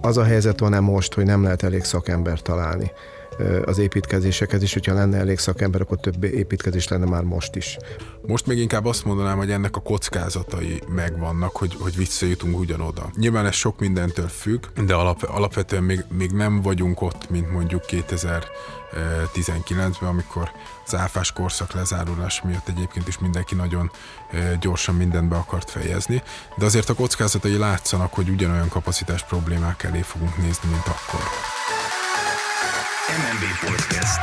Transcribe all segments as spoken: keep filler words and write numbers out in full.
Az a helyzet van-e most, hogy nem lehet elég szakembert találni az építkezéseket, és hogyha lenne elég szakember, akkor több építkezés lenne már most is. Most még inkább azt mondanám, hogy ennek a kockázatai megvannak, hogy, hogy visszajutunk ugyanoda. Nyilván ez sok mindentől függ, de alap, alapvetően még, még nem vagyunk ott, mint mondjuk kétezer-tizenkilencben, amikor az áfás korszak lezárulás miatt egyébként is mindenki nagyon gyorsan mindent be akart fejezni, de azért a kockázatai látszanak, hogy ugyanolyan kapacitás problémák elé fogunk nézni, mint akkor. em en bé Podcast.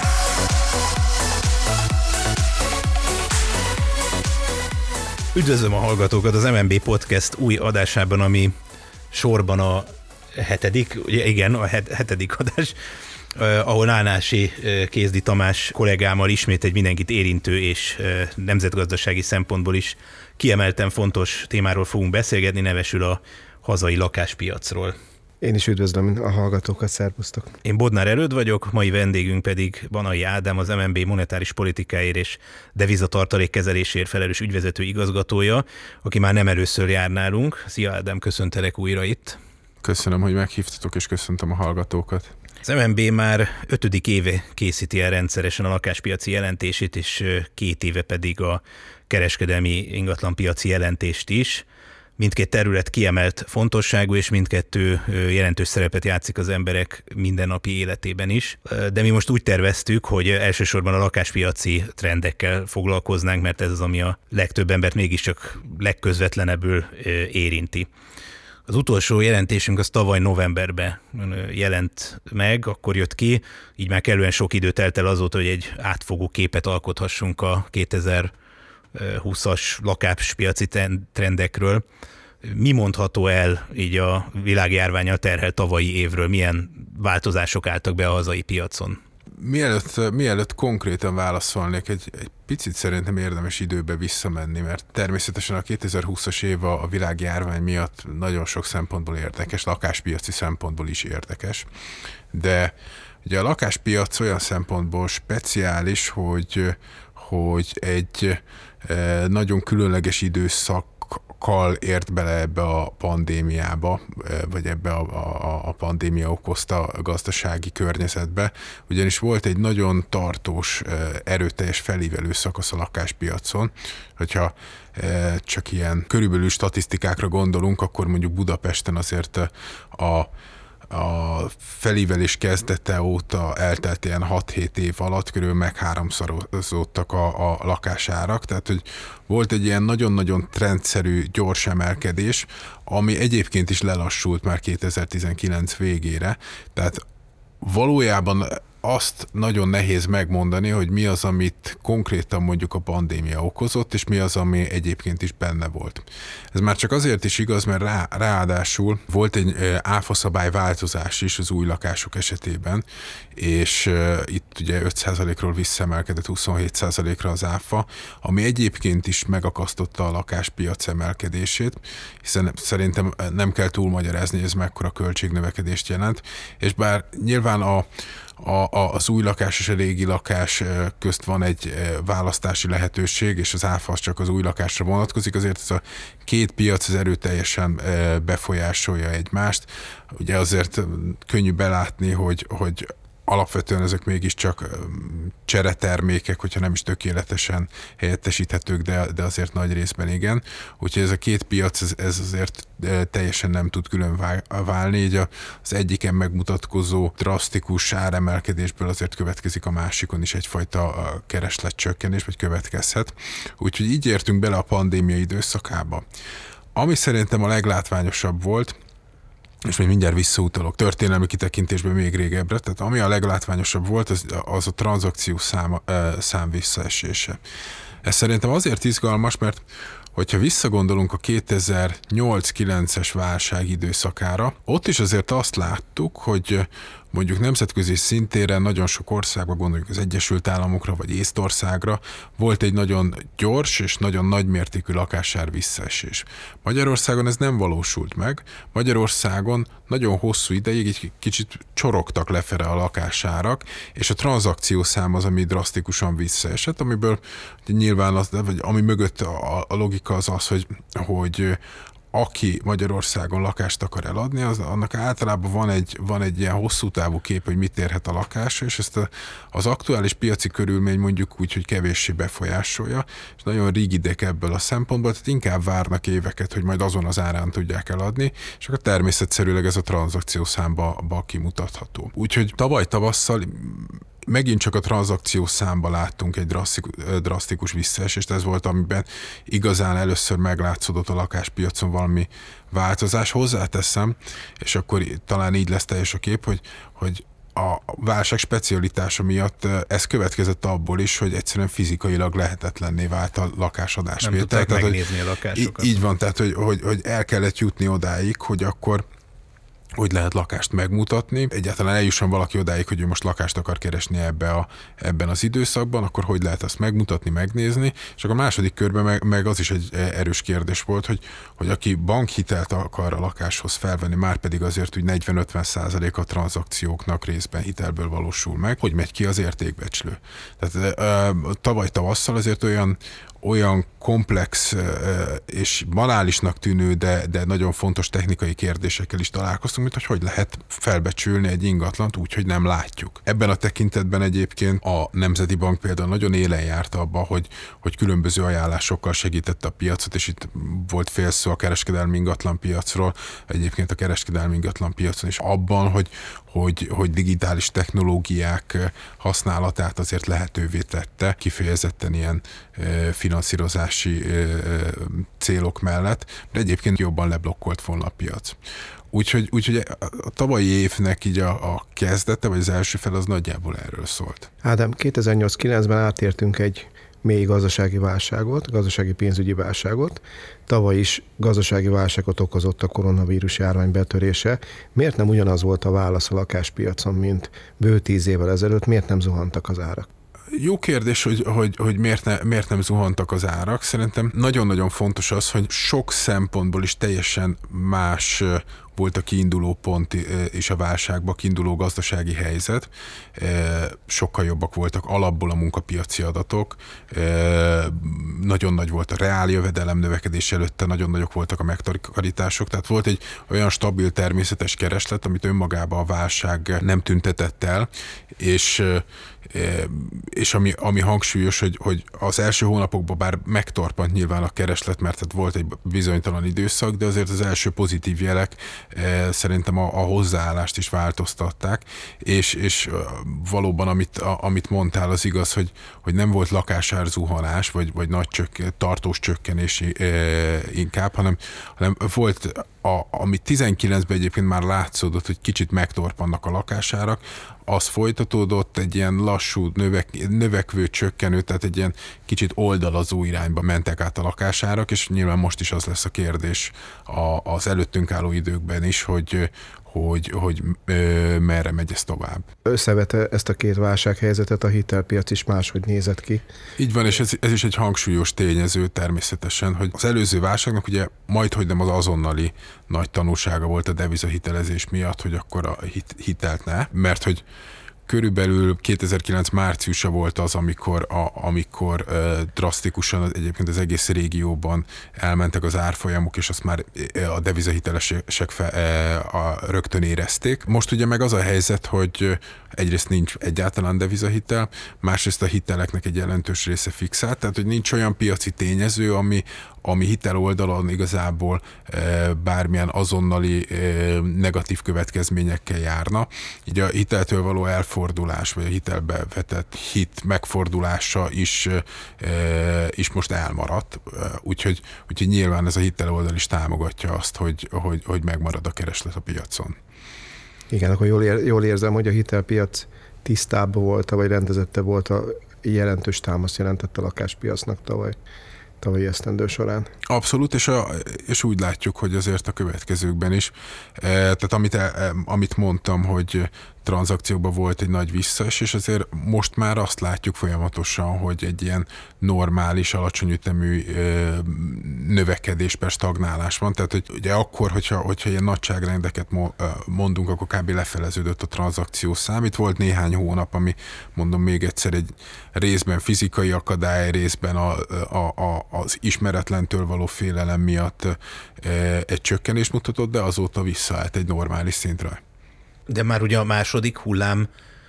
Üdvözlöm a hallgatókat az em en bé Podcast új adásában, ami sorban a hetedik, ugye igen, a hetedik adás, Uh, ahol Nánási uh, Kézdi Tamás kollégámmal ismét egy mindenkit érintő és uh, nemzetgazdasági szempontból is kiemelten fontos témáról fogunk beszélgetni, nevesül a hazai lakáspiacról. Én is üdvözlöm a hallgatókat, szervusztok! Én Bodnár Erőd vagyok, mai vendégünk pedig Banai Ádám, az em en bé monetáris politikáért és devizatartalék kezelésért felelős ügyvezető igazgatója, aki már nem először jár nálunk. Szia Ádám, köszöntelek újra itt! Köszönöm, hogy meghívtatok, és köszöntöm a hallgatókat! Az em en bé már ötödik éve készíti el rendszeresen a lakáspiaci jelentését, és két éve pedig a kereskedelmi ingatlanpiaci jelentést is. Mindkét terület kiemelt fontosságú, és mindkettő jelentős szerepet játszik az emberek mindennapi életében is. De mi most úgy terveztük, hogy elsősorban a lakáspiaci trendekkel foglalkoznánk, mert ez az, ami a legtöbb embert mégiscsak legközvetlenebbül érinti. Az utolsó jelentésünk az tavaly novemberben jelent meg, akkor jött ki, így már kellően sok idő telt el azóta, hogy egy átfogó képet alkothassunk a kétezer-húszas lakáspiaci trendekről. Mi mondható el így a világjárvánnyal terhelt tavalyi évről, milyen változások álltak be a hazai piacon? Mielőtt, mielőtt konkrétan válaszolnék, egy, egy picit szerintem érdemes időbe visszamenni, mert természetesen a kétezer-húszas év a világjárvány miatt nagyon sok szempontból érdekes, lakáspiaci szempontból is érdekes, de ugye a lakáspiac olyan szempontból speciális, hogy, hogy egy nagyon különleges időszak kal ért bele ebbe a pandémiába, vagy ebbe a, a, a pandémia okozta gazdasági környezetbe, ugyanis volt egy nagyon tartós, erőteljes felívelő szakasz a lakáspiacon. Hogyha csak ilyen körülbelül statisztikákra gondolunk, akkor mondjuk Budapesten azért a a felívelés kezdete óta eltelt ilyen hat-hét év alatt körül megháromszorozódtak a, a lakásárak, tehát hogy volt egy ilyen nagyon-nagyon trendszerű, gyors emelkedés, ami egyébként is lelassult már kétezer-tizenkilenc végére, tehát valójában azt nagyon nehéz megmondani, hogy mi az, amit konkrétan mondjuk a pandémia okozott, és mi az, ami egyébként is benne volt. Ez már csak azért is igaz, mert rá, ráadásul volt egy áfaszabály változás is az új lakások esetében, és uh, itt ugye öt százalékról visszaemelkedett huszonhét százalékra az áfa, ami egyébként is megakasztotta a lakáspiac emelkedését, hiszen szerintem nem kell túlmagyarázni, hogy ez mekkora költségnövekedést jelent, és bár nyilván a A, a, az új lakás és a régi lakás közt van egy választási lehetőség, és az áfa az csak az új lakásra vonatkozik, azért ez a két piac az erőteljesen befolyásolja egymást. Ugye azért könnyű belátni, hogy, hogy alapvetően ezek mégiscsak cseretermékek, hogyha nem is tökéletesen helyettesíthetők, de, de azért nagy részben igen. Úgyhogy ez a két piac, ez, ez azért teljesen nem tud külön válni, így az egyiken megmutatkozó drasztikus áremelkedésből azért következik a másikon is egyfajta keresletcsökkenés, vagy következhet. Úgyhogy így értünk bele a pandémia időszakába. Ami szerintem a leglátványosabb volt, és még mindjárt visszautalok történelmi kitekintésben még régebbre, tehát ami a leglátványosabb volt, az, az a tranzakció szám, szám visszaesése. Ez szerintem azért izgalmas, mert hogyha visszagondolunk a kétezer-nyolc-kilences válság időszakára, ott is azért azt láttuk, hogy mondjuk nemzetközi szintéren nagyon sok országban, gondoljuk az Egyesült Államokra vagy Észtországra, volt egy nagyon gyors és nagyon nagymértékű lakásár visszaesés. Magyarországon ez nem valósult meg. Magyarországon nagyon hosszú ideig egy kicsit csorogtak lefele a lakásárak, és a tranzakciószám az, ami drasztikusan visszaesett, amiből nyilván az, vagy ami mögött a, a logika az az, hogy, hogy aki Magyarországon lakást akar eladni, az, annak általában van egy, van egy ilyen hosszú távú kép, hogy mit érhet a lakásra, és ezt a, az aktuális piaci körülmény mondjuk úgy, hogy kevéssé befolyásolja, és nagyon rigidek ebből a szempontból, tehát inkább várnak éveket, hogy majd azon az árán tudják eladni, és akkor természetszerűleg ez a tranzakciószámba kimutatható. Úgyhogy tavaly tavasszal megint csak a tranzakciós számba láttunk egy drasztikus visszaesést, ez volt, amiben igazán először meglátszódott a lakáspiacon valami változás. Hozzáteszem, és akkor talán így lesz teljes a kép, hogy, hogy a válság specialitása miatt ez következett abból is, hogy egyszerűen fizikailag lehetetlenné vált a lakásadás. Nem tudták tehát, megnézni hogy, a lakásokat. Így van, tehát hogy, hogy, hogy el kellett jutni odáig, hogy akkor hogy lehet lakást megmutatni. Egyáltalán eljusson valaki odáig, hogy ő most lakást akar keresni ebbe a, ebben az időszakban, akkor hogy lehet azt megmutatni, megnézni. És akkor a második körben meg, meg az is egy erős kérdés volt, hogy, hogy aki bankhitelt akar a lakáshoz felvenni, már pedig azért úgy negyven-ötven százalék a tranzakcióknak részben hitelből valósul meg, hogy megy ki az értékbecslő. Tehát ö, tavaly tavasszal azért olyan olyan komplex és banálisnak tűnő, de, de nagyon fontos technikai kérdésekkel is találkoztunk, mint hogy hogy lehet felbecsülni egy ingatlant úgy, hogy nem látjuk. Ebben a tekintetben egyébként a Nemzeti Bank például nagyon élen járt abba, hogy, hogy különböző ajánlásokkal segítette a piacot, és itt volt fél szó a kereskedelmi ingatlan piacról, egyébként a kereskedelmi ingatlan piacon is abban, hogy, hogy, hogy digitális technológiák használatát azért lehetővé tette, kifejezetten ilyen finanszírozási célok mellett, de egyébként jobban leblokkolt volna a piac. Úgyhogy, úgyhogy a tavalyi évnek így a, a kezdete, vagy az első fel az nagyjából erről szólt. Ádám, kétezer-nyolc-kilencben átértünk egy mély gazdasági válságot, gazdasági pénzügyi válságot. Tavaly is gazdasági válságot okozott a koronavírus járvány betörése. Miért nem ugyanaz volt a válasz a lakáspiacon, mint bő tíz évvel ezelőtt? Miért nem zuhantak az árak? Jó kérdés, hogy, hogy, hogy miért, ne, miért nem zuhantak az árak. Szerintem nagyon-nagyon fontos az, hogy sok szempontból is teljesen más volt a kiinduló pont és a válságba kiinduló gazdasági helyzet. Sokkal jobbak voltak alapból a munkapiaci adatok. Nagyon nagy volt a reál jövedelem növekedés előtte, nagyon nagyok voltak a megtakarítások. Tehát volt egy olyan stabil természetes kereslet, amit önmagában a válság nem tüntetett el, és és ami, ami hangsúlyos, hogy, hogy az első hónapokban bár megtorpant nyilván a kereslet, mert hát volt egy bizonytalan időszak, de azért az első pozitív jelek e, szerintem a, a hozzáállást is változtatták, és, és valóban amit, a, amit mondtál az igaz, hogy, hogy nem volt lakásár zuhanás, vagy, vagy nagy csök, tartós csökkenés e, inkább, hanem, hanem volt, a, ami tizenkilencben egyébként már látszódott, hogy kicsit megtorpannak a lakásárak, az folytatódott, egy ilyen lassú, növek, növekvő, csökkenő, tehát egy ilyen kicsit oldalazó irányba mentek át a lakásárak, és nyilván most is az lesz a kérdés a, az előttünk álló időkben is, hogy, hogy, hogy ö, merre megy ez tovább. Összevete ezt a két válsághelyzetet, a hitelpiac is máshogy nézett ki. Így van, és ez, ez is egy hangsúlyos tényező természetesen, hogy az előző válságnak ugye majdhogy nem az azonnali nagy tanulsága volt a devizahitelezés miatt, hogy akkor a hit, hitelt ne, mert hogy körülbelül kétezer-kilenc márciusa volt az, amikor, a, amikor uh, drasztikusan egyébként az egész régióban elmentek az árfolyamok, és azt már a devizahitelesek fe, uh, a, rögtön érezték. Most ugye meg az a helyzet, hogy egyrészt nincs egyáltalán devizahitel, másrészt a hiteleknek egy jelentős része fixált, tehát hogy nincs olyan piaci tényező, ami, ami hitel oldalon igazából e, bármilyen azonnali e, negatív következményekkel járna. Így a hiteltől való elfordulás, vagy a hitelbe vetett hit megfordulása is, e, is most elmaradt. Úgyhogy, úgyhogy nyilván ez a hitel oldal is támogatja azt, hogy, hogy, hogy megmarad a kereslet a piacon. Igen, akkor jól, ér, jól érzem, hogy a hitelpiac tisztább volt, vagy rendezette volt, a jelentős támaszt jelentett a lakáspiacnak tavaly. tavalyi esztendő során. Abszolút, és, a, és úgy látjuk, hogy azért a következőkben is. E, tehát amit, e, amit mondtam, hogy tranzakciókban volt egy nagy visszaesés, azért most már azt látjuk folyamatosan, hogy egy ilyen normális, alacsony ütemű növekedés per stagnálás van. Tehát, hogy ugye akkor, hogyha, hogyha ilyen nagyságrendeket mondunk, akkor kb. Lefeleződött a tranzakció szám. Itt volt néhány hónap, ami mondom még egyszer egy részben fizikai akadály, részben a, a, a, az ismeretlentől való félelem miatt egy csökkenést mutatott, de azóta visszaállt egy normális szintre. De már ugye a második hullámot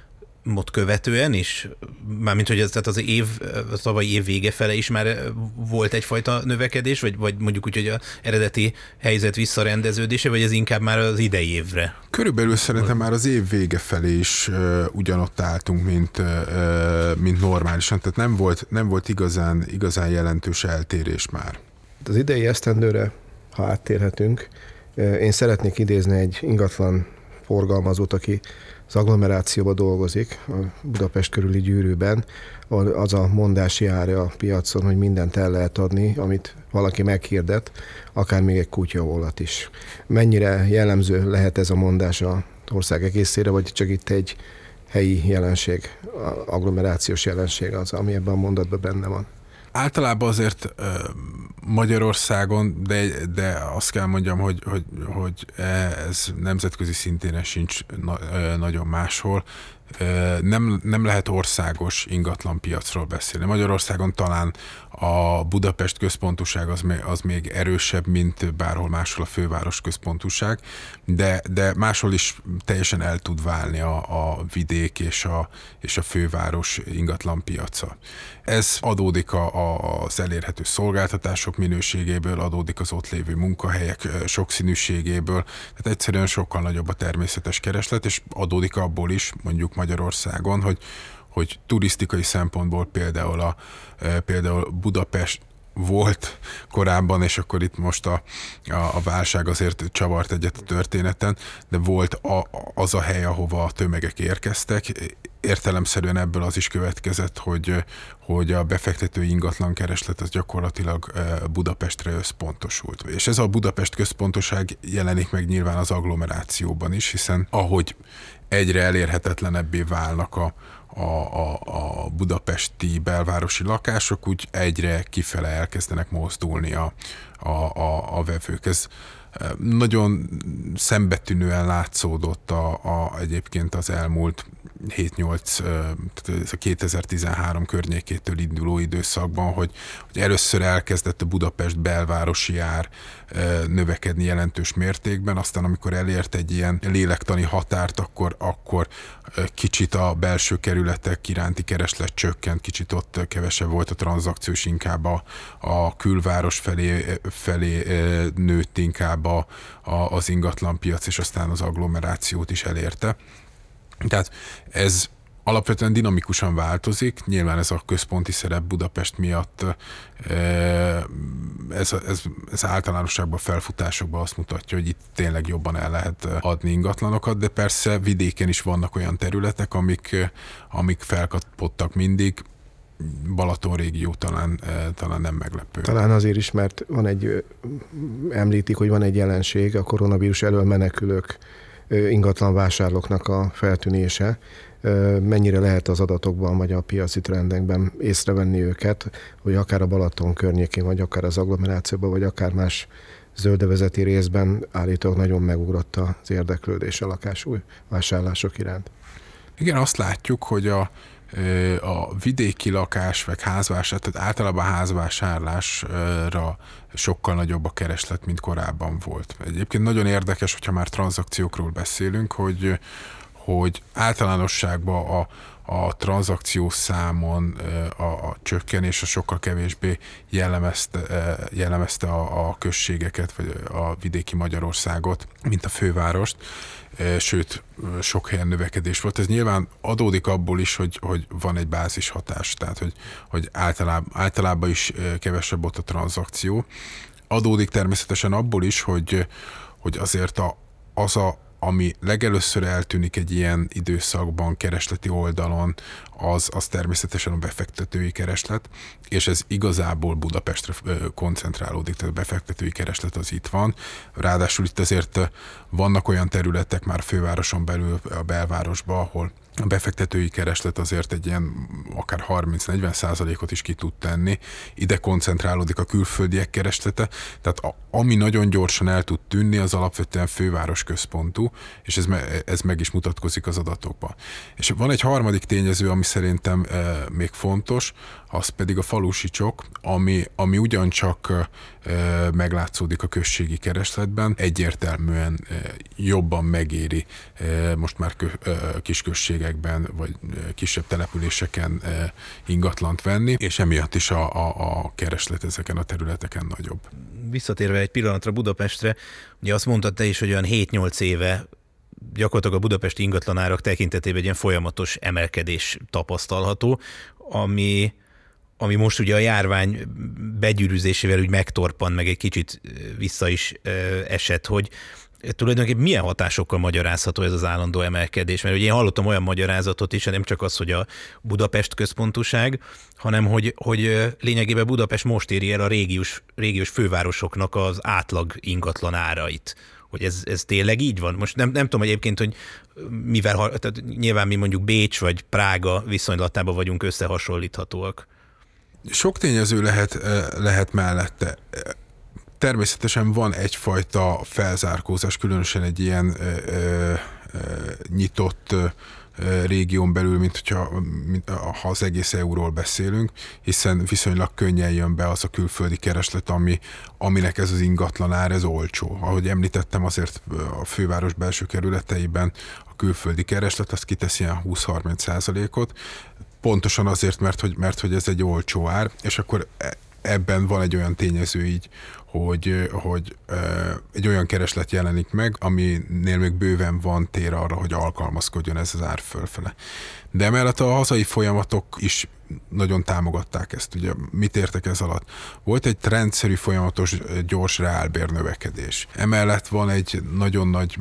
követően is, mármint hogy ez, tehát az év, a tavalyi év vége fele is már volt egyfajta növekedés, vagy, vagy mondjuk úgy, hogy az eredeti helyzet visszarendeződése, vagy ez inkább már az idei évre? Körülbelül szerintem már az év vége felé is uh, ugyanott álltunk, mint, uh, mint normálisan, tehát nem volt, nem volt igazán, igazán jelentős eltérés már. Az idei esztendőre, ha áttérhetünk, én szeretnék idézni egy ingatlan forgalmazót, aki az agglomerációban dolgozik, a Budapest körüli gyűrűben, az a mondás jár a piacon, hogy mindent el lehet adni, amit valaki meghirdet, akár még egy kutyavolat is. Mennyire jellemző lehet ez a mondás az ország egészére, vagy csak itt egy helyi jelenség, agglomerációs jelenség az, ami ebben a mondatban benne van? Általában azért Magyarországon, de, de azt kell mondjam, hogy, hogy, hogy ez nemzetközi szintéren sincs na, nagyon máshol. Nem, nem lehet országos ingatlanpiacról beszélni. Magyarországon talán a Budapest központúság az még, az még erősebb, mint bárhol máshol a főváros központúság, de, de máshol is teljesen el tud válni a, a vidék és a, és a főváros ingatlanpiaca. Ez adódik a, a, az elérhető szolgáltatások minőségéből, adódik az ott lévő munkahelyek sokszínűségéből, tehát egyszerűen sokkal nagyobb a természetes kereslet, és adódik abból is, mondjuk Magyarországon, hogy, hogy turisztikai szempontból például, a, például Budapest volt korábban, és akkor itt most a, a, a válság azért csavart egyet a történeten, de volt a, az a hely, ahova a tömegek érkeztek. Értelemszerűen ebből az is következett, hogy, hogy a befektetői ingatlan kereslet az gyakorlatilag Budapestre összpontosult. És ez a Budapest központoság jelenik meg nyilván az agglomerációban is, hiszen ahogy egyre elérhetetlenebbé válnak a, a, a, a budapesti belvárosi lakások, úgy egyre kifele elkezdenek mozdulni a, a, a, a vevők. Ez nagyon szembetűnően látszódott a, a, egyébként az elmúlt hét-nyolc, tehát a kétezer-tizenhárom környékétől induló időszakban, hogy, hogy először elkezdett a Budapest belvárosi ár növekedni jelentős mértékben, aztán amikor elért egy ilyen lélektani határt, akkor, akkor kicsit a belső kerületek iránti kereslet csökkent, kicsit ott kevesebb volt a tranzakció, és inkább a, a külváros felé, felé nőtt inkább a, a, az ingatlanpiac, és aztán az agglomerációt is elérte. Tehát ez alapvetően dinamikusan változik, nyilván ez a központi szerep Budapest miatt ez, ez, ez általánosságban felfutásokban azt mutatja, hogy itt tényleg jobban el lehet adni ingatlanokat, de persze vidéken is vannak olyan területek, amik, amik felkapottak mindig. Balaton régió talán, talán nem meglepő. Talán azért is, mert van egy, említik, hogy van egy jelenség, a koronavírus elől menekülők ingatlan vásárlóknak a feltűnése. Mennyire lehet az adatokban vagy a piaci trendekben észrevenni őket, hogy akár a Balaton környékén, vagy akár az agglomerációban, vagy akár más zöldövezeti részben állítólag nagyon megugrott az érdeklődés a lakásúj vásárlások iránt. Igen, azt látjuk, hogy a a vidéki lakás, vagy házvásárlás, tehát általában házvásárlásra sokkal nagyobb a kereslet, mint korábban volt. Egyébként nagyon érdekes, hogyha már tranzakciókról beszélünk, hogy, hogy általánosságban a, a tranzakciós számon a, a csökkenés a sokkal kevésbé jellemezte, jellemezte a, a községeket, vagy a vidéki Magyarországot, mint a fővárost. Sőt, sok helyen növekedés volt. Ez nyilván adódik abból is, hogy, hogy van egy bázis hatás, tehát hogy, hogy általában, általában is kevesebb ott a tranzakció. Adódik természetesen abból is, hogy, hogy azért a, az a ami legelőször eltűnik egy ilyen időszakban keresleti oldalon, az, az természetesen a befektetői kereslet, és ez igazából Budapestre koncentrálódik, tehát a befektetői kereslet az itt van. Ráadásul itt azért vannak olyan területek már a fővároson belül, a belvárosban, ahol a befektetői kereslet azért egy ilyen akár harminc-negyven százalékot is ki tud tenni. Ide koncentrálódik a külföldiek kereslete, tehát a, ami nagyon gyorsan el tud tűnni, az alapvetően főváros központú, és ez, me, ez meg is mutatkozik az adatokban. És van egy harmadik tényező, ami szerintem e, még fontos, az pedig a falusi csok, ami, ami ugyancsak e, meglátszódik a községi keresletben, egyértelműen e, jobban megéri e, most már kö, e, kisközségekben vagy kisebb településeken e, ingatlant venni, és emiatt is a, a, a kereslet ezeken a területeken nagyobb. Visszatérve egy pillanatra Budapestre, ugye azt mondtad te is, hogy olyan hét-nyolc éve gyakorlatilag a budapesti ingatlanárak tekintetében egy ilyen folyamatos emelkedés tapasztalható, ami, ami most ugye a járvány begyűrűzésével úgy megtorpan, meg egy kicsit vissza is esett, hogy tulajdonképpen milyen hatásokkal magyarázható ez az állandó emelkedés? Mert ugye én hallottam olyan magyarázatot is, nem csak az, hogy a Budapest központúság, hanem hogy, hogy lényegében Budapest most éri el a régiós, régiós fővárosoknak az átlag ingatlan árait. Hogy ez, ez tényleg így van? Most nem, nem tudom egyébként, hogy mivel, tehát nyilván mi mondjuk Bécs vagy Prága viszonylatában vagyunk összehasonlíthatóak. Sok tényező lehet, lehet mellette. Természetesen van egyfajta felzárkózás, különösen egy ilyen ö, ö, nyitott ö, régión belül, mint hogyha mint, ha az egész é u-ról beszélünk, hiszen viszonylag könnyen jön be az a külföldi kereslet, ami, aminek ez az ingatlan ár, ez olcsó. Ahogy említettem, azért a főváros belső kerületeiben a külföldi kereslet, azt kiteszi ilyen húsz-harminc százalékot, pontosan azért, mert hogy, mert hogy ez egy olcsó ár, és akkor ebben van egy olyan tényező így, hogy, hogy egy olyan kereslet jelenik meg, aminél még bőven van tér arra, hogy alkalmazkodjon ez az ár fölfele. De emellett a hazai folyamatok is nagyon támogatták ezt. Ugye mit értek ez alatt? Volt egy rendszerű, folyamatos, gyors reálbérnövekedés. Emellett van egy nagyon nagy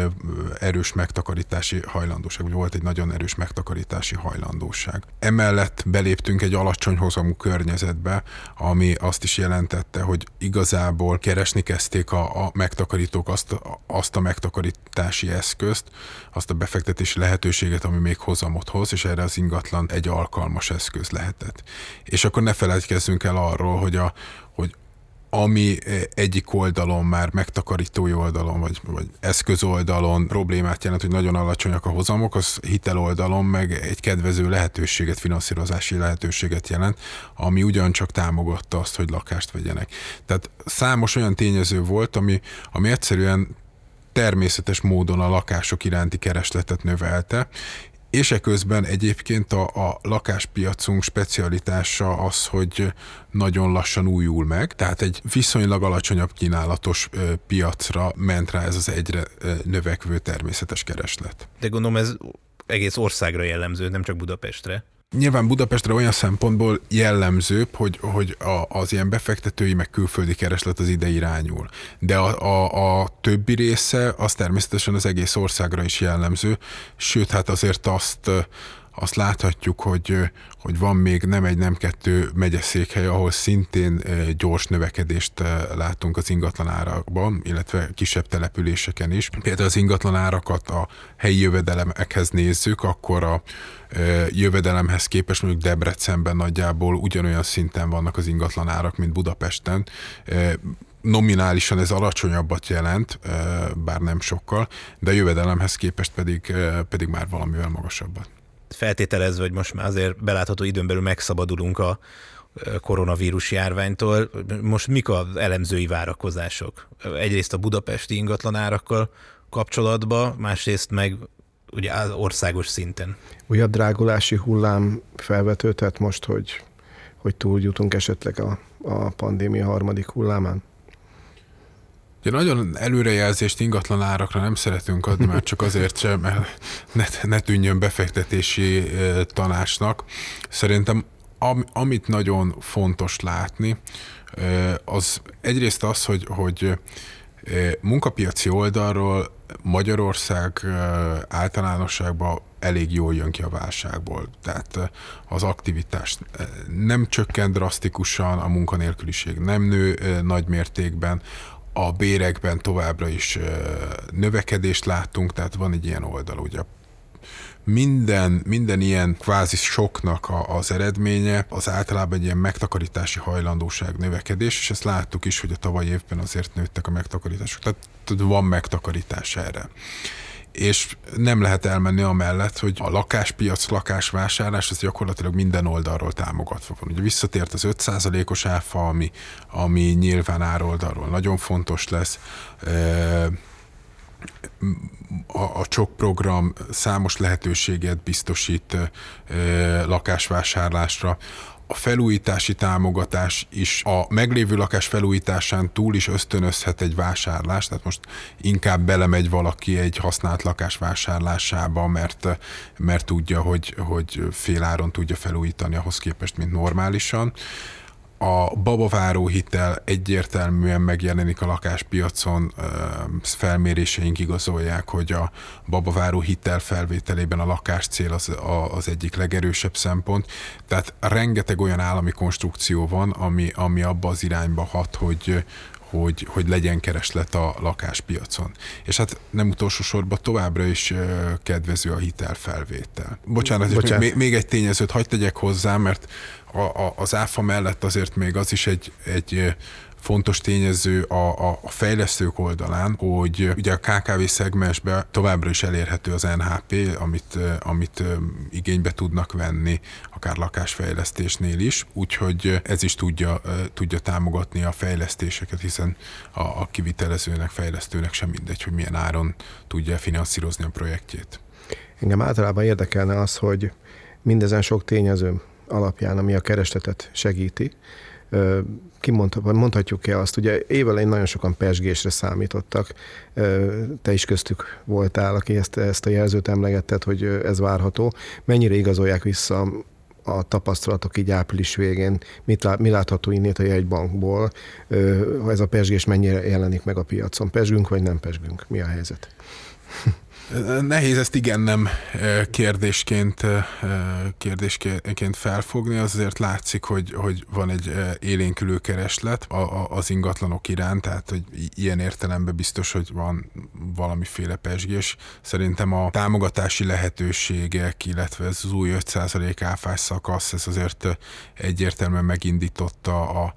erős megtakarítási hajlandóság, vagy volt egy nagyon erős megtakarítási hajlandóság. Emellett beléptünk egy alacsony hozamú környezetbe, ami azt is jelentette, hogy igazából keresni kezdték a, a megtakarítók azt, azt a megtakarítási eszközt, azt a befektetési lehetőséget, ami még hozamot hoz, és erre az ingatlan egy alkalmas eszköz lehetett. És akkor ne feledkezzünk el arról, hogy, a, hogy ami egyik oldalon már megtakarítói oldalon, vagy, vagy eszköz oldalon problémát jelent, hogy nagyon alacsonyak a hozamok, az hitel oldalon meg egy kedvező lehetőséget, finanszírozási lehetőséget jelent, ami ugyancsak támogatta azt, hogy lakást vegyenek. Tehát számos olyan tényező volt, ami, ami egyszerűen természetes módon a lakások iránti keresletet növelte, és eközben egyébként a, a lakáspiacunk specialitása az, hogy nagyon lassan újul meg, tehát egy viszonylag alacsonyabb kínálatos ö, piacra ment rá ez az egyre ö, növekvő természetes kereslet. De gondolom ez egész országra jellemző, nem csak Budapestre. Nyilván Budapestre olyan szempontból jellemzőbb, hogy, hogy a, az ilyen befektetői meg külföldi kereslet az ide irányul. De a, a, a többi része az természetesen az egész országra is jellemző, sőt, hát azért azt, azt láthatjuk, hogy, hogy van még nem egy, nem kettő megyeszékhely, ahol szintén gyors növekedést látunk az ingatlanárakban, illetve kisebb településeken is. Például az ingatlanárakat a helyi jövedelemekhez nézzük, akkor a jövedelemhez képest mondjuk Debrecenben nagyjából ugyanolyan szinten vannak az ingatlanárak, mint Budapesten. Nominálisan ez alacsonyabbat jelent, bár nem sokkal, de a jövedelemhez képest pedig, pedig már valamivel magasabbat. Feltételezve, hogy most már azért belátható időn belül megszabadulunk a koronavírus járványtól. Most mik az elemzői várakozások? Egyrészt a budapesti ingatlanárakkal kapcsolatban, másrészt meg ugye az országos szinten. Újabb drágulási hullám felvetődhet most, hogy, hogy túljutunk esetleg a, a pandémia harmadik hullámán? Ugye nagyon előrejelzést ingatlan árakra nem szeretünk adni, már csak azért sem, mert ne, ne tűnjön befektetési tanácsnak. Szerintem am, amit nagyon fontos látni, az egyrészt az, hogy, hogy Munkapiaci oldalról Magyarország általánosságban elég jól jön ki a válságból. Tehát az aktivitás nem csökkent drasztikusan, a munkanélküliség nem nő nagy mértékben, a bérekben továbbra is növekedést láttunk, tehát van egy ilyen oldal, ugye. Minden, minden ilyen kvázi soknak a, az eredménye az általában egy ilyen megtakarítási hajlandóság növekedés, és ezt láttuk is, hogy a tavalyi évben azért nőttek a megtakarítások. Tehát van megtakarítás erre. És nem lehet elmenni amellett, hogy a lakáspiac, lakásvásárlás az gyakorlatilag minden oldalról támogatva van. Ugye visszatért az öt százalékos áfa, ami, ami nyilván ároldalról nagyon fontos lesz. A, a csok program számos lehetőséget biztosít lakásvásárlásra. A felújítási támogatás is a meglévő lakás felújításán túl is ösztönözhet egy vásárlást, tehát most inkább belemegy valaki egy használt lakás vásárlásába, mert, mert tudja, hogy, hogy féláron tudja felújítani ahhoz képest, mint normálisan. A babaváró hitel egyértelműen megjelenik a lakáspiacon, felméréseink igazolják, hogy a babaváró hitel felvételében a lakáscél az, az egyik legerősebb szempont. Tehát rengeteg olyan állami konstrukció van, ami, ami abba az irányba hat, hogy, hogy, hogy legyen kereslet a lakáspiacon. És hát nem utolsó sorban továbbra is kedvező a hitelfelvétel. Bocsánat, Bocsánat. Még, még egy tényezőt hadd tegyek hozzá, mert a, a, az áfa mellett azért még az is egy, egy fontos tényező a, a, a fejlesztők oldalán, hogy ugye a ká ká vé szegmensben továbbra is elérhető az en há pé, amit, amit igénybe tudnak venni, akár lakásfejlesztésnél is, úgyhogy ez is tudja, tudja támogatni a fejlesztéseket, hiszen a, a kivitelezőnek, fejlesztőnek sem mindegy, hogy milyen áron tudja finanszírozni a projektjét. Engem általában érdekelne az, hogy mindezen sok tényező alapján, ami a keresletet segíti, kimondhatjuk-e azt, ugye évelején nagyon sokan pezsgésre számítottak, te is köztük voltál, aki ezt, ezt a jelzőt emlegetted, hogy ez várható. Mennyire igazolják vissza a tapasztalatok így április végén, mit lát, mi látható innét a jegybankból, ez a pezsgés mennyire jelenik meg a piacon? Pezsgünk vagy nem pezsgünk? Mi a helyzet? Nehéz ezt igen-nem kérdésként, kérdésként felfogni, azért látszik, hogy, hogy van egy élénkülő kereslet az ingatlanok iránt, tehát hogy ilyen értelemben biztos, hogy van valamiféle pezsgés. Szerintem a támogatási lehetőségek, illetve ez az új öt százalék áfás szakasz, ez azért egyértelműen megindította a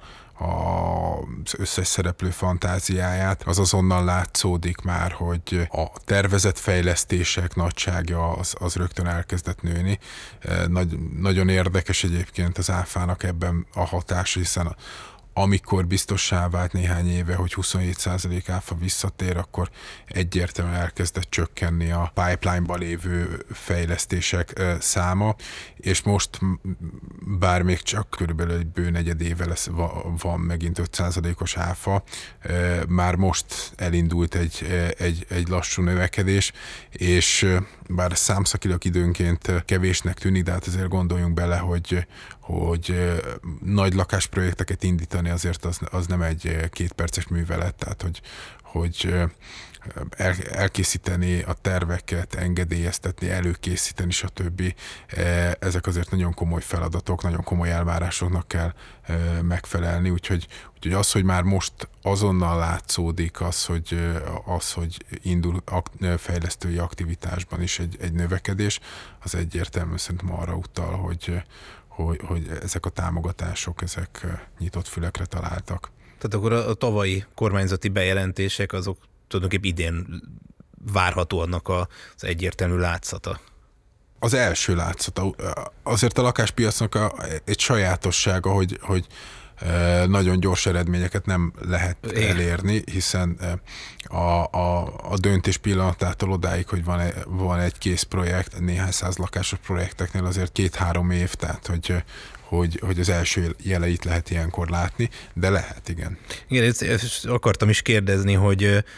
az összes szereplő fantáziáját, az azonnal látszódik már, hogy a tervezett fejlesztések nagysága az, az rögtön elkezdett nőni. Nagy, nagyon érdekes egyébként az áfának ebben a hatása, hiszen amikor biztossá vált néhány éve, hogy huszonhét százalék áfa visszatér, akkor egyértelműen elkezdett csökkenni a pipeline-ban lévő fejlesztések száma, és most bár még csak körülbelül egy bő negyed éve lesz, van megint öt százalékos áfa, már most elindult egy, egy, egy lassú növekedés, és bár számszakilag időnként kevésnek tűnik, de hát azért gondoljunk bele, hogy, hogy nagy lakásprojekteket indítani azért az, az nem egy kétperces művelet, tehát hogy, hogy el, elkészíteni a terveket, engedélyeztetni, előkészíteni, stb. Ezek azért nagyon komoly feladatok, nagyon komoly elvárásoknak kell megfelelni, úgyhogy, úgyhogy az, hogy már most azonnal látszódik az, hogy, az, hogy indul fejlesztői aktivitásban is egy, egy növekedés, az egyértelműen szerintem arra utal, hogy, hogy, hogy ezek a támogatások, ezek nyitott fülekre találtak. Tehát akkor a, a tavalyi kormányzati bejelentések azok tulajdonképpen idén várható annak az egyértelmű látszata. Az első látszata. Azért a lakáspiacnak a, egy sajátossága, hogy, hogy nagyon gyors eredményeket nem lehet elérni, hiszen a, a, a döntés pillanatától odáig, hogy van, van egy kész projekt, néhány száz lakásos projekteknél azért két-három év, tehát hogy, hogy, hogy az első jeleit lehet ilyenkor látni, de lehet, igen. Igen, ezt akartam is kérdezni, hogy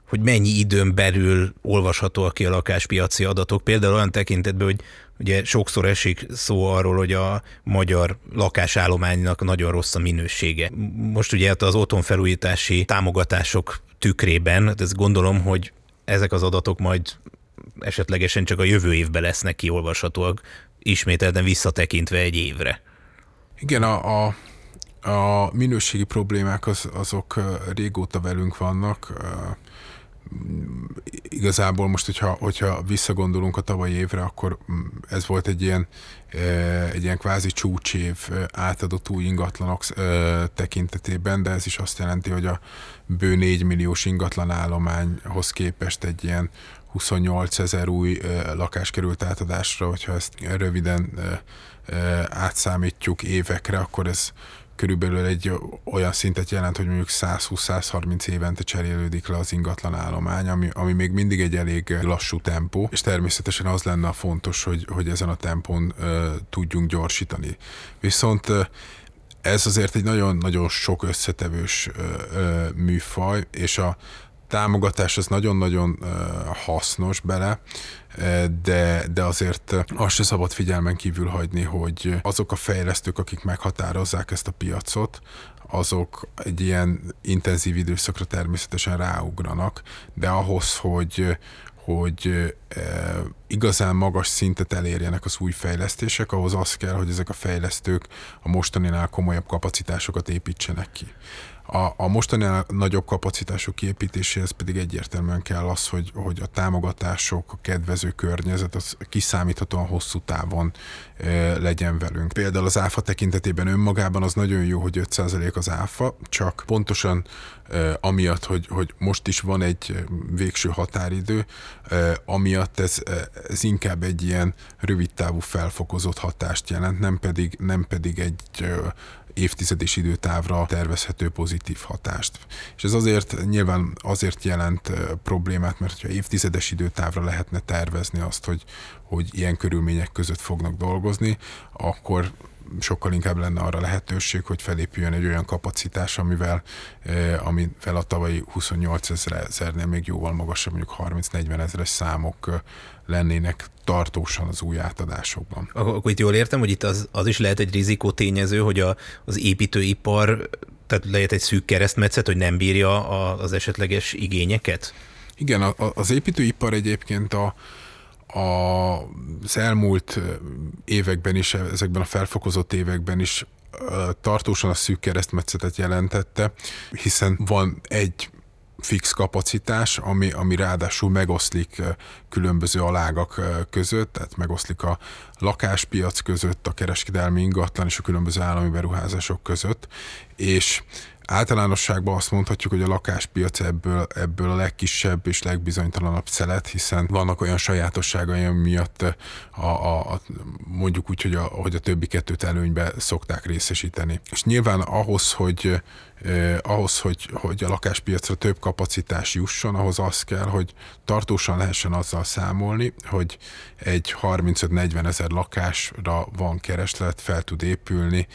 hogy mennyi időn belül olvashatóak ki a lakáspiaci adatok. Például olyan tekintetben, hogy ugye sokszor esik szó arról, hogy a magyar lakásállománynak nagyon rossz a minősége. Most ugye az otthonfelújítási támogatások tükrében, ezt gondolom, hogy ezek az adatok majd esetlegesen csak a jövő évben lesznek kiolvashatóak, ismételten visszatekintve egy évre. Igen, a, a, a minőségi problémák az, azok régóta velünk vannak. Igazából most, hogyha, hogyha visszagondolunk a tavalyi évre, akkor ez volt egy ilyen, egy ilyen kvázi csúcsév átadott új ingatlanok tekintetében, de ez is azt jelenti, hogy a bő négy milliós ingatlan állományhoz képest egy ilyen huszonnyolc ezer új lakás került átadásra, hogyha ezt röviden átszámítjuk évekre, akkor ez körülbelül egy olyan szintet jelent, hogy mondjuk százhúsz-százharminc évente cserélődik le az ingatlan állomány, ami, ami még mindig egy elég lassú tempó, és természetesen az lenne a fontos, hogy, hogy ezen a tempón uh, tudjunk gyorsítani. Viszont uh, ez azért egy nagyon-nagyon sok összetevős uh, uh, műfaj, és a támogatás az nagyon-nagyon uh, hasznos bele, de, de azért azt se szabad figyelmen kívül hagyni, hogy azok a fejlesztők, akik meghatározzák ezt a piacot, azok egy ilyen intenzív időszakra természetesen ráugranak, de ahhoz, hogy hogy e, igazán magas szintet elérjenek az új fejlesztések, ahhoz az kell, hogy ezek a fejlesztők a mostaninál komolyabb kapacitásokat építsenek ki. A, a mostaninál nagyobb kapacitások kiépítéséhez pedig egyértelműen kell az, hogy, hogy a támogatások, a kedvező környezet az kiszámíthatóan hosszú távon e, legyen velünk. Például az áfa tekintetében önmagában az nagyon jó, hogy öt százalék az áfa, csak pontosan e, amiatt, hogy, hogy most is van egy végső határidő, e, amiatt ez, ez inkább egy ilyen rövidtávú felfokozott hatást jelent, nem pedig, nem pedig egy e, évtizedés időtávra tervezhető pozitív hatást. És ez azért nyilván azért jelent problémát, mert ha évtizedes időtávra lehetne tervezni azt, hogy, hogy ilyen körülmények között fognak dolgozni, akkor sokkal inkább lenne arra lehetőség, hogy felépüljön egy olyan kapacitás, amivel, amivel a tavalyi huszonnyolc ezernél még jóval magasabb, mondjuk harminc-negyven ezeres számok lennének tartósan az új átadásokban. Akkor itt jól értem, hogy itt az, az is lehet egy rizikó tényező, hogy a, az építőipar, tehát lehet egy szűk keresztmetszet, hogy nem bírja a, az esetleges igényeket? Igen, a, az építőipar egyébként a az elmúlt években is, ezekben a felfokozott években is tartósan a szűk keresztmetszetet jelentette, hiszen van egy fix kapacitás, ami, ami ráadásul megoszlik különböző alágak között, tehát megoszlik a lakáspiac között, a kereskedelmi ingatlan és a különböző állami beruházások között, és általánosságban azt mondhatjuk, hogy a lakáspiac ebből, ebből a legkisebb és legbizonytalanabb szelet, hiszen vannak olyan sajátosságai, ami miatt a, a, a, mondjuk úgy, hogy a, hogy a többi kettőt előnybe szokták részesíteni. És nyilván ahhoz, hogy Eh, ahhoz, hogy, hogy a lakáspiacra több kapacitás jusson, ahhoz az kell, hogy tartósan lehessen azzal számolni, hogy egy harmincöt-negyven ezer lakásra van kereslet, fel tud épülni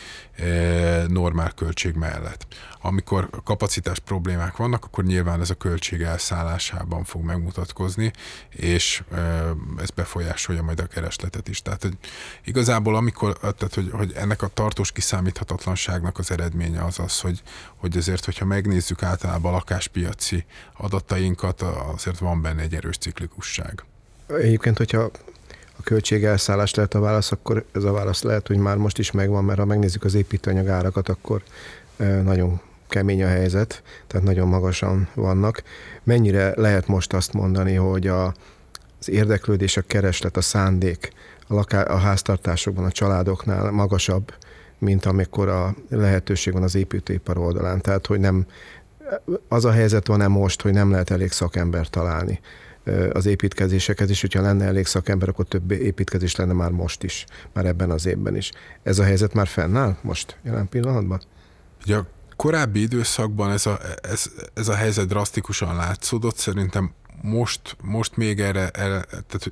eh, normál költség mellett. Amikor kapacitás problémák vannak, akkor nyilván ez a költség elszállásában fog megmutatkozni, és eh, ez befolyásolja majd a keresletet is. Tehát hogy igazából amikor, tehát, hogy, hogy ennek a tartós kiszámíthatatlanságnak az eredménye az az, hogy hogy azért, hogyha megnézzük általában a lakáspiaci adatainkat, azért van benne egy erős ciklikusság. Egyébként, hogyha a költségelszállás lehet a válasz, akkor ez a válasz lehet, hogy már most is megvan, mert ha megnézzük az építőanyag árakat, akkor nagyon kemény a helyzet, tehát nagyon magasan vannak. Mennyire lehet most azt mondani, hogy a, az érdeklődés, a kereslet, a szándék a, laká, a háztartásokban, a családoknál magasabb, mint amikor a lehetőség van az építőipar oldalán. Tehát, hogy nem, az a helyzet van-e most, hogy nem lehet elég szakember találni az építkezésekhez is, hogyha lenne elég szakember, akkor több építkezés lenne már most is, már ebben az évben is. Ez a helyzet már fennáll most, jelen pillanatban? Ugye a korábbi időszakban ez a, ez, ez a helyzet drasztikusan látszódott, szerintem most, most még erre, erre tehát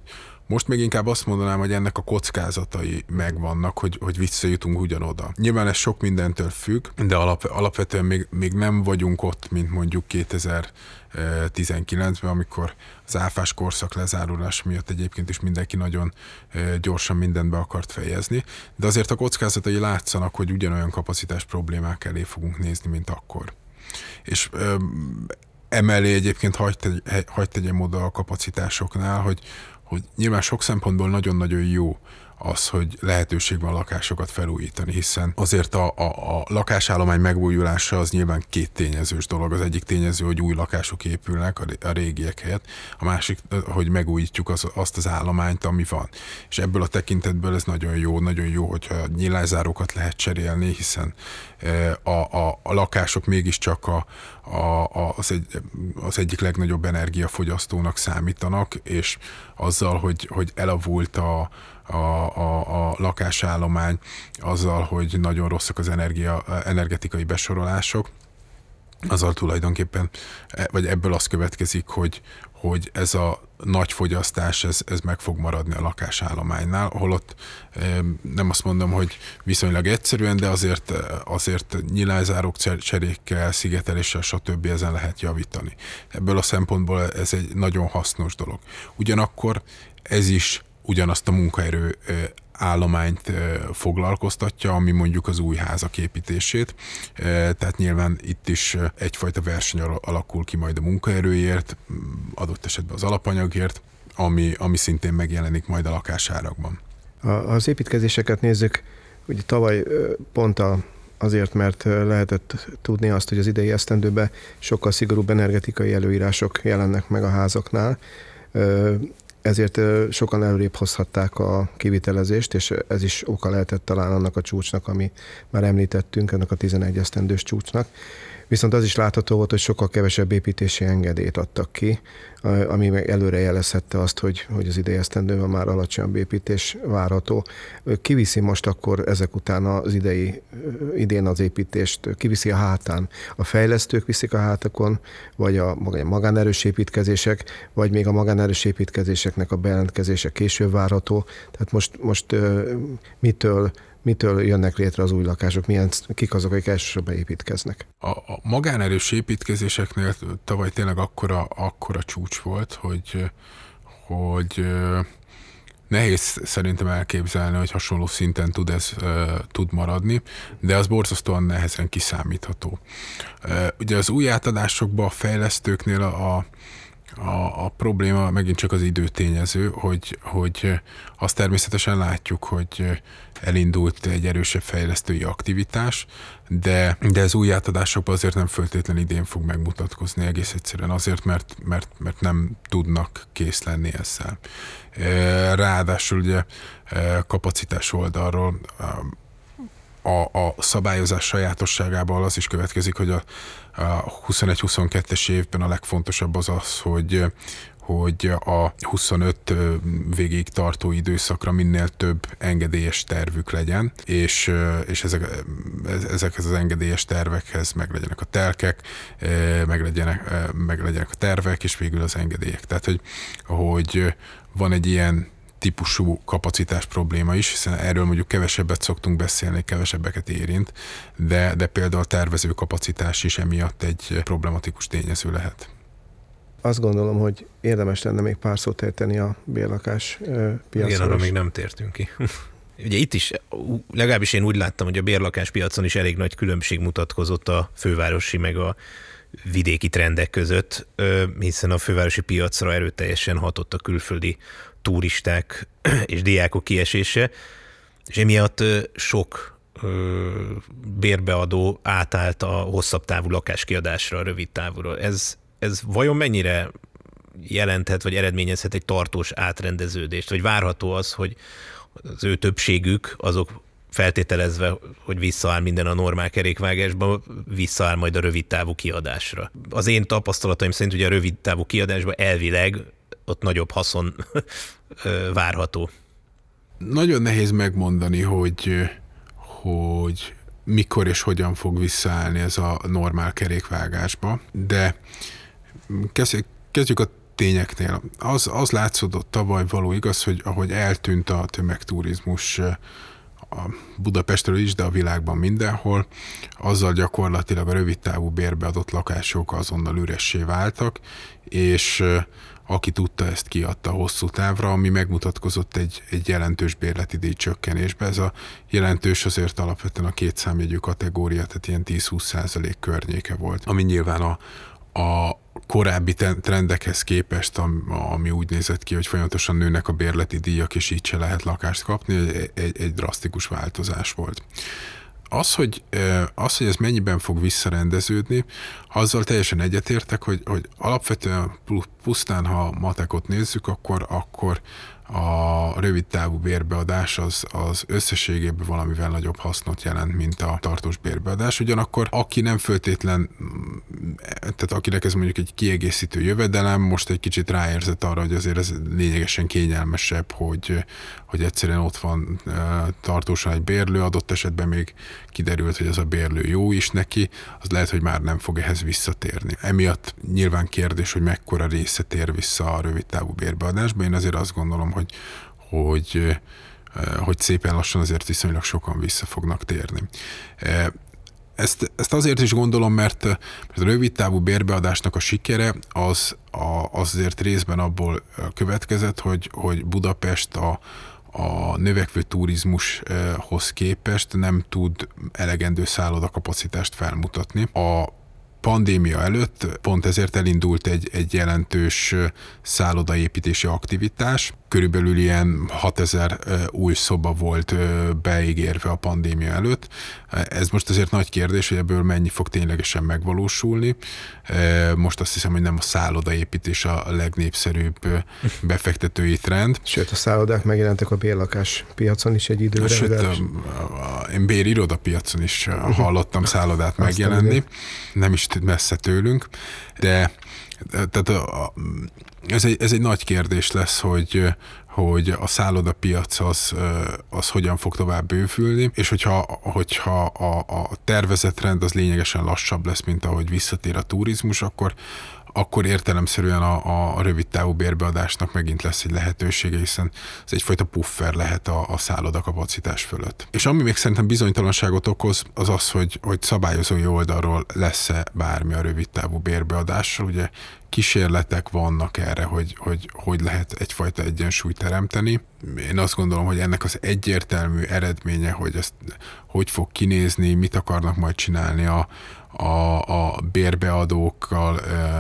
Most még inkább azt mondanám, hogy ennek a kockázatai megvannak, hogy, hogy visszajutunk ugyanoda. Nyilván ez sok mindentől függ, de alap, alapvetően még, még nem vagyunk ott, mint mondjuk kétezer-tizenkilencben, amikor az áfás korszak lezárulás miatt egyébként is mindenki nagyon gyorsan mindent be akart fejezni, de azért a kockázatai látszanak, hogy ugyanolyan kapacitás problémák elé fogunk nézni, mint akkor. És ö, emellé egyébként hagyd tegy, hagy tegyem oda a kapacitásoknál, hogy, hogy nyilván sok szempontból nagyon-nagyon jó az, hogy lehetőség van lakásokat felújítani, hiszen azért a, a, a lakásállomány megújulása az nyilván két tényezős dolog. Az egyik tényező, hogy új lakások épülnek a régiek helyett, a másik, hogy megújítjuk az, azt az állományt, ami van. És ebből a tekintetből ez nagyon jó, nagyon jó, hogyha nyilázárókat lehet cserélni, hiszen a, a, a lakások mégiscsak a, a, az, egy, az egyik legnagyobb energiafogyasztónak számítanak, és azzal, hogy, hogy elavult a A, a, a lakásállomány, azzal, hogy nagyon rosszak az energia, energetikai besorolások, azzal tulajdonképpen, vagy ebből az következik, hogy, hogy ez a nagy fogyasztás, ez, ez meg fog maradni a lakásállománynál, holott nem azt mondom, hogy viszonylag egyszerűen, de azért, azért nyilázárok cserékkel, szigeteléssel, stb. Ezen lehet javítani. Ebből a szempontból ez egy nagyon hasznos dolog. Ugyanakkor ez is ugyanazt a munkaerő állományt foglalkoztatja, ami mondjuk az új házak építését. Tehát nyilván itt is egyfajta verseny alakul ki majd a munkaerőért, adott esetben az alapanyagért, ami, ami szintén megjelenik majd a lakásárakban. Ha az építkezéseket nézzük, ugye tavaly pont a azért, mert lehetett tudni azt, hogy az idei esztendőben sokkal szigorúbb energetikai előírások jelennek meg a házaknál, ezért sokan előrébb hozhatták a kivitelezést, és ez is oka lehetett talán annak a csúcsnak, ami már említettünk, ennek a tizenegy esztendős csúcsnak. Viszont az is látható volt, hogy sokkal kevesebb építési engedélyt adtak ki, ami meg előre jelezhette azt, hogy, hogy az idei esztendőben már alacsonyabb építés várható. Kiviszi most akkor ezek után az idei, idén az építést, kiviszi a hátán? A fejlesztők viszik a hátakon, vagy a magánerős építkezések, vagy még a magánerős építkezéseknek a bejelentkezése később várható? Tehát most, most mitől Mitől jönnek létre az új lakások? Milyen, kik azok, akik elsősorban építkeznek? A, a magánerős építkezéseknél tavaly tényleg akkora, akkora csúcs volt, hogy, hogy nehéz szerintem elképzelni, hogy hasonló szinten tud ez tud maradni, de az borzasztóan nehezen kiszámítható. Ugye az új átadásokban a fejlesztőknél a A, a probléma megint csak az időtényező, hogy, hogy azt természetesen látjuk, hogy elindult egy erősebb fejlesztői aktivitás, de, de az új átadásokban azért nem feltétlenül idén fog megmutatkozni, egész egyszerűen azért, mert, mert, mert nem tudnak kész lenni ezzel. Ráadásul ugye kapacitás oldalról A, a szabályozás sajátosságából az is következik, hogy a, a huszonegy-huszonkettes évben a legfontosabb az az, hogy, hogy a huszonöt végig tartó időszakra minél több engedélyes tervük legyen, és, és ezek, ezekhez az engedélyes tervekhez meglegyenek a telkek, meglegyenek, meglegyenek a tervek, és végül az engedélyek. Tehát, hogy, hogy van egy ilyen típusú kapacitás probléma is, hiszen erről mondjuk kevesebbet szoktunk beszélni, kevesebbeket érint, de, de például a tervező kapacitás is emiatt egy problematikus tényező lehet. Azt gondolom, hogy érdemes lenne még pár szót érteni a bérlakás piacról. Igen, arra még nem tértünk ki. Ugye itt is, legalábbis én úgy láttam, hogy a bérlakás piacon is elég nagy különbség mutatkozott a fővárosi meg a vidéki trendek között, hiszen a fővárosi piacra erőteljesen hatott a külföldi turisták és diákok kiesése, és emiatt sok bérbeadó átállt a hosszabb távú lakáskiadásra, a rövid távúra. Ez, ez vajon mennyire jelenthet, vagy eredményezhet egy tartós átrendeződést, vagy várható az, hogy az ő többségük, azok feltételezve, hogy visszaáll minden a normál kerékvágásba, visszaáll majd a rövid távú kiadásra. Az én tapasztalataim szerint ugye a rövid távú kiadásban elvileg ott nagyobb haszon várható. Nagyon nehéz megmondani, hogy, hogy mikor és hogyan fog visszaállni ez a normál kerékvágásba, de kezdjük a tényeknél. Az, az látszódott tavaly való igaz, hogy ahogy eltűnt a tömegturizmus a Budapestről is, de a világban mindenhol, azzal gyakorlatilag a rövidtávú bérbe adott lakások azonnal üressé váltak, és aki tudta, ezt kiadta hosszú távra, ami megmutatkozott egy, egy jelentős bérleti díj csökkenésbe. Ez a jelentős azért alapvetően a két számjegyű kategória, tehát ilyen tíz-húsz százalék környéke volt, ami nyilván a, a korábbi trendekhez képest, ami úgy nézett ki, hogy folyamatosan nőnek a bérleti díjak, és így se lehet lakást kapni, egy, egy, egy drasztikus változás volt. Az hogy, az, hogy ez mennyiben fog visszarendeződni, azzal teljesen egyetértek, hogy, hogy alapvetően pusztán, ha matekot nézzük, akkor, akkor a rövidtávú bérbeadás az, az összességében valamivel nagyobb hasznot jelent, mint a tartós bérbeadás. Ugyanakkor aki nem föltétlen, tehát akinek ez mondjuk egy kiegészítő jövedelem, most egy kicsit ráérzett arra, hogy azért ez lényegesen kényelmesebb, hogy, hogy egyszerűen ott van tartósan egy bérlő, adott esetben még kiderült, hogy az a bérlő jó is neki, az lehet, hogy már nem fog ehhez visszatérni. Emiatt nyilván kérdés, hogy mekkora része tér vissza a rövidtávú bérbeadásba. Én azért azt gondolom, hogy, hogy, hogy szépen lassan azért viszonylag sokan vissza fognak térni. Ezt, ezt azért is gondolom, mert, mert a rövidtávú bérbeadásnak a sikere az, a, az azért részben abból következett, hogy, hogy Budapest a, a növekvő turizmushoz képest nem tud elegendő szállodakapacitást felmutatni. A pandémia előtt pont ezért elindult egy, egy jelentős szállodaépítési aktivitás. Körülbelül ilyen hatezer új szoba volt beígérve a pandémia előtt. Ez most azért nagy kérdés, hogy ebből mennyi fog ténylegesen megvalósulni. Most azt hiszem, hogy nem a szállodaépítés a legnépszerűbb befektetői trend. Sőt, a szállodák megjelentek a bérlakás piacon is egy időre. Sőt, a, a, én bériroda piacon is hallottam szállodát megjelenni. Nem is messze tőlünk, de tehát a, a, ez, egy, ez egy nagy kérdés lesz, hogy, hogy a szállodapiac az, az hogyan fog tovább bővülni, és hogyha, hogyha a, a tervezett rend az lényegesen lassabb lesz, mint ahogy visszatér a turizmus, akkor akkor értelemszerűen a, a rövidtávú bérbeadásnak megint lesz egy lehetősége, hiszen ez egyfajta puffer lehet a, a szállodakapacitás fölött. És ami még szerintem bizonytalanságot okoz, az az, hogy, hogy szabályozói oldalról lesz-e bármi a rövidtávú bérbeadással. Ugye kísérletek vannak erre, hogy, hogy hogy lehet egyfajta egyensúlyt teremteni. Én azt gondolom, hogy ennek az egyértelmű eredménye, hogy ezt hogy fog kinézni, mit akarnak majd csinálni a A, a bérbeadókkal,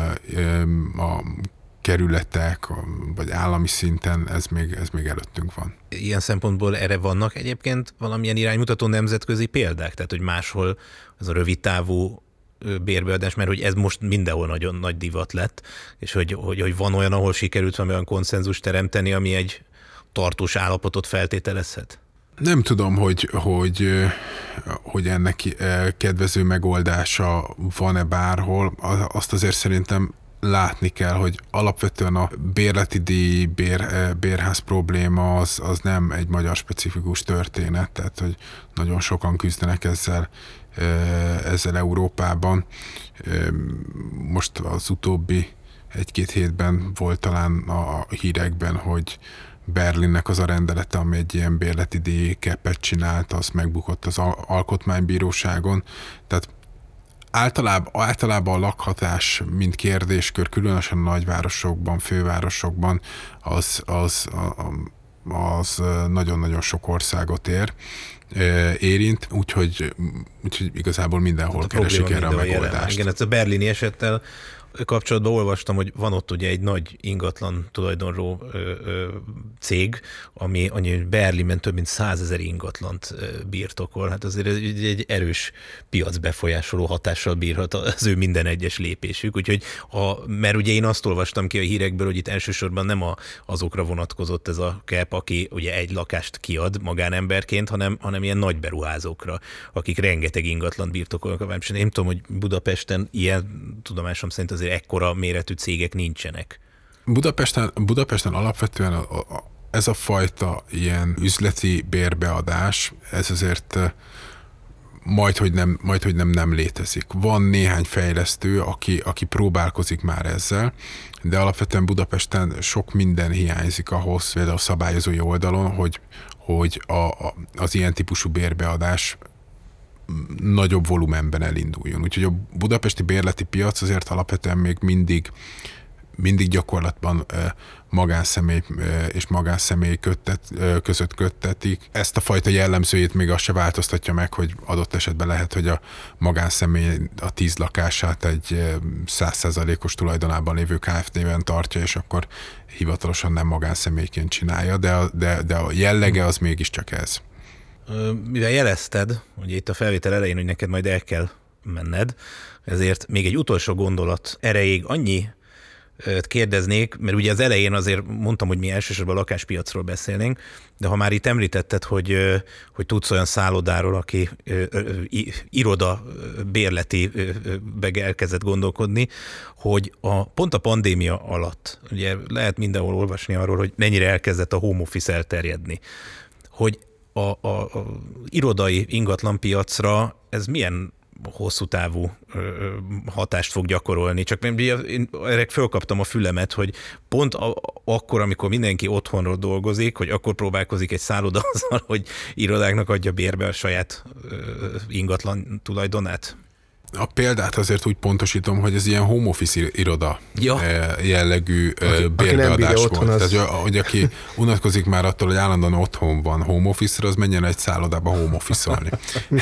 a kerületek, vagy állami szinten, ez még, ez még előttünk van. Ilyen szempontból erre vannak egyébként valamilyen iránymutató nemzetközi példák? Tehát, hogy máshol ez a rövidtávú bérbeadás, mert hogy ez most mindenhol nagyon nagy divat lett, és hogy, hogy, hogy van olyan, ahol sikerült valami olyan konszenzus teremteni, ami egy tartós állapotot feltételezhet? Nem tudom, hogy, hogy, hogy ennek kedvező megoldása van-e bárhol. Azt azért szerintem látni kell, hogy alapvetően a bérleti díj, bér, bérház probléma az, az nem egy magyar specifikus történet, tehát hogy nagyon sokan küzdenek ezzel, ezzel Európában. Most az utóbbi egy-két hétben volt talán a hírekben, hogy Berlinnek az a rendelete, ami egy ilyen bérleti díj cappet csinált, az megbukott az alkotmánybíróságon. Tehát általában, általában a lakhatás, mint kérdéskör, különösen a nagyvárosokban, fővárosokban, az, az, az nagyon-nagyon sok országot ér, érint, úgyhogy, úgyhogy igazából mindenhol keresik erre a megoldást. Igen, ez a berlini esettel kapcsolatban olvastam, hogy van ott ugye egy nagy ingatlan tulajdonró ö, ö, cég, ami annyi Berlinben több mint százezer ingatlant ö, birtokol. Hát azért egy, egy erős piacbefolyásoló hatással bírhat az ő minden egyes lépésük. Úgyhogy, a, mert ugye én azt olvastam ki a hírekből, hogy itt elsősorban nem a, azokra vonatkozott ez a cap, aki ugye egy lakást kiad magánemberként, hanem, hanem ilyen nagy beruházókra, akik rengeteg ingatlant birtokolnak. És én tudom, hogy Budapesten ilyen tudomásom szerint azért ekkora méretű cégek nincsenek. Budapesten, Budapesten alapvetően a, a, ez a fajta ilyen üzleti bérbeadás, ez azért majd, hogy nem, majd, hogy nem, nem létezik. Van néhány fejlesztő, aki, aki próbálkozik már ezzel, de alapvetően Budapesten sok minden hiányzik ahhoz, például a szabályozói oldalon, hogy, hogy a, a, az ilyen típusú bérbeadás nagyobb volumenben elinduljon. Úgyhogy a budapesti bérleti piac azért alapvetően még mindig mindig gyakorlatban magánszemély és magánszemély köttet, között köttetik. Ezt a fajta jellemzőjét még azt se változtatja meg, hogy adott esetben lehet, hogy a magánszemély a tíz lakását egy száz százalékos tulajdonában lévő ká ef té-ben tartja, és akkor hivatalosan nem magánszemélyként csinálja, de a, de, de a jellege az mégiscsak ez. Mivel jelezted, hogy itt a felvétel elején, hogy neked majd el kell menned, ezért még egy utolsó gondolat erejéig annyi kérdeznék, mert ugye az elején azért mondtam, hogy mi elsősorban a lakáspiacról beszélnénk, de ha már itt említetted, hogy, hogy tudsz olyan szállodáról, aki iroda bérleti elkezdett gondolkodni, hogy a, pont a pandémia alatt, ugye lehet mindenhol olvasni arról, hogy mennyire elkezdett a home office elterjedni, hogy a, a, a irodai ingatlanpiacra ez milyen hosszú távú ö, hatást fog gyakorolni. Csak én erre fölkaptam a fülemet, hogy pont a, akkor, amikor mindenki otthonról dolgozik, hogy akkor próbálkozik egy szálloda azzal, hogy irodáknak adja bérbe a saját ö, ingatlan tulajdonát. A példát azért úgy pontosítom, hogy ez ilyen home office iroda ja. jellegű aki, bérbeadás aki volt. Az... Tehát, hogy aki unatkozik már attól, hogy állandóan otthon van home office-ra, az menjen egy szállodába home office-olni.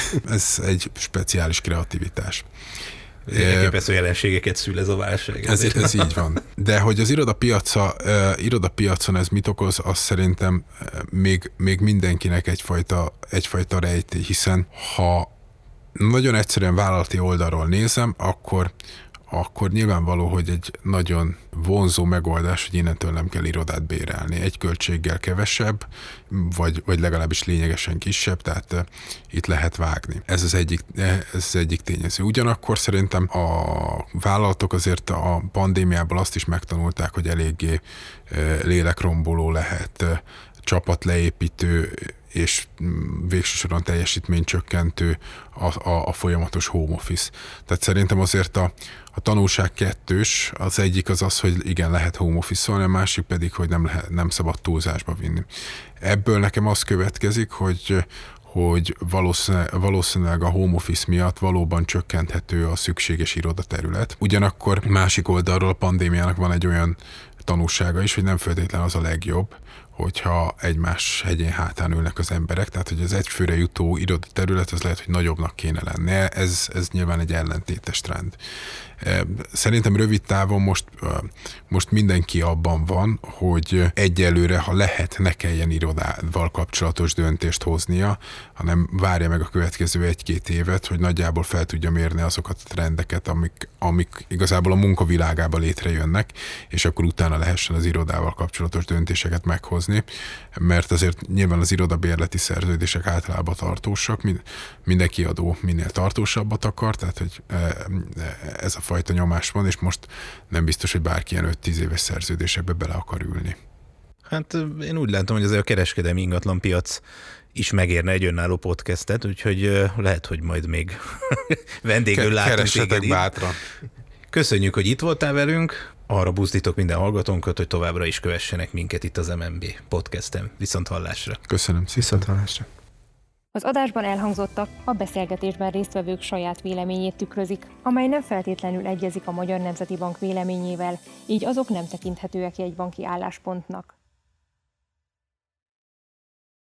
Ez egy speciális kreativitás. Elképesztő jelenségeket szül ez a válság. Ez, ez így van. De hogy az irodapiaca, uh, irodapiacon ez mit okoz, az szerintem még, még mindenkinek egyfajta, egyfajta rejtély, hiszen ha nagyon egyszerűen vállalati oldalról nézem, akkor, akkor nyilvánvaló, hogy egy nagyon vonzó megoldás, hogy innentől nem kell irodát bérelni. Egy költséggel kevesebb, vagy, vagy legalábbis lényegesen kisebb, tehát uh, itt lehet vágni. Ez az, egyik, ez az egyik tényező. Ugyanakkor szerintem a vállalatok azért a pandémiából azt is megtanulták, hogy eléggé uh, lélekromboló lehet, uh, csapatleépítő, és végső soron teljesítménycsökkentő a, a, a folyamatos home office. Tehát szerintem azért a, a tanulság kettős, az egyik az az, hogy igen, lehet home office-olni, a másik pedig, hogy nem, lehet, nem szabad túlzásba vinni. Ebből nekem az következik, hogy hogy valószínűleg, valószínűleg a home office miatt valóban csökkenthető a szükséges irodaterület. Ugyanakkor másik oldalról a pandémiának van egy olyan tanulsága is, hogy nem feltétlenül az a legjobb, hogyha egymás hegyén hátán ülnek az emberek, tehát hogy az egyfőre jutó irodaterület az lehet, hogy nagyobbnak kéne lenni. Ez, ez nyilván egy ellentétes trend. Szerintem rövid távon most, most mindenki abban van, hogy egyelőre, ha lehet, ne kelljen irodával kapcsolatos döntést hoznia, hanem várja meg a következő egy-két évet, hogy nagyjából fel tudja mérni azokat a trendeket, amik, amik igazából a munkavilágában létrejönnek, és akkor utána lehessen az irodával kapcsolatos döntéseket meghozni, mert azért nyilván az irodabérleti szerződések általában tartósak, minden kiadó minél tartósabbat akar, tehát hogy ez a fajta nyomás van, és most nem biztos, hogy bárki ilyen öt-tíz éves szerződésekbe bele akar ülni. Hát én úgy látom, hogy azért a kereskedelmi ingatlanpiac is megérne egy önálló podcastet, úgyhogy lehet, hogy majd még vendégül látunk téged bátran. Köszönjük, hogy itt voltál velünk. Arra buzdítok minden hallgatónkat, hogy továbbra is kövessenek minket itt az em en bé podcasten. Viszont hallásra. Köszönöm. Viszont hallásra. Az adásban elhangzottak a beszélgetésben résztvevők saját véleményét tükrözik, amely nem feltétlenül egyezik a Magyar Nemzeti Bank véleményével, így azok nem tekinthetőek jegybanki álláspontnak.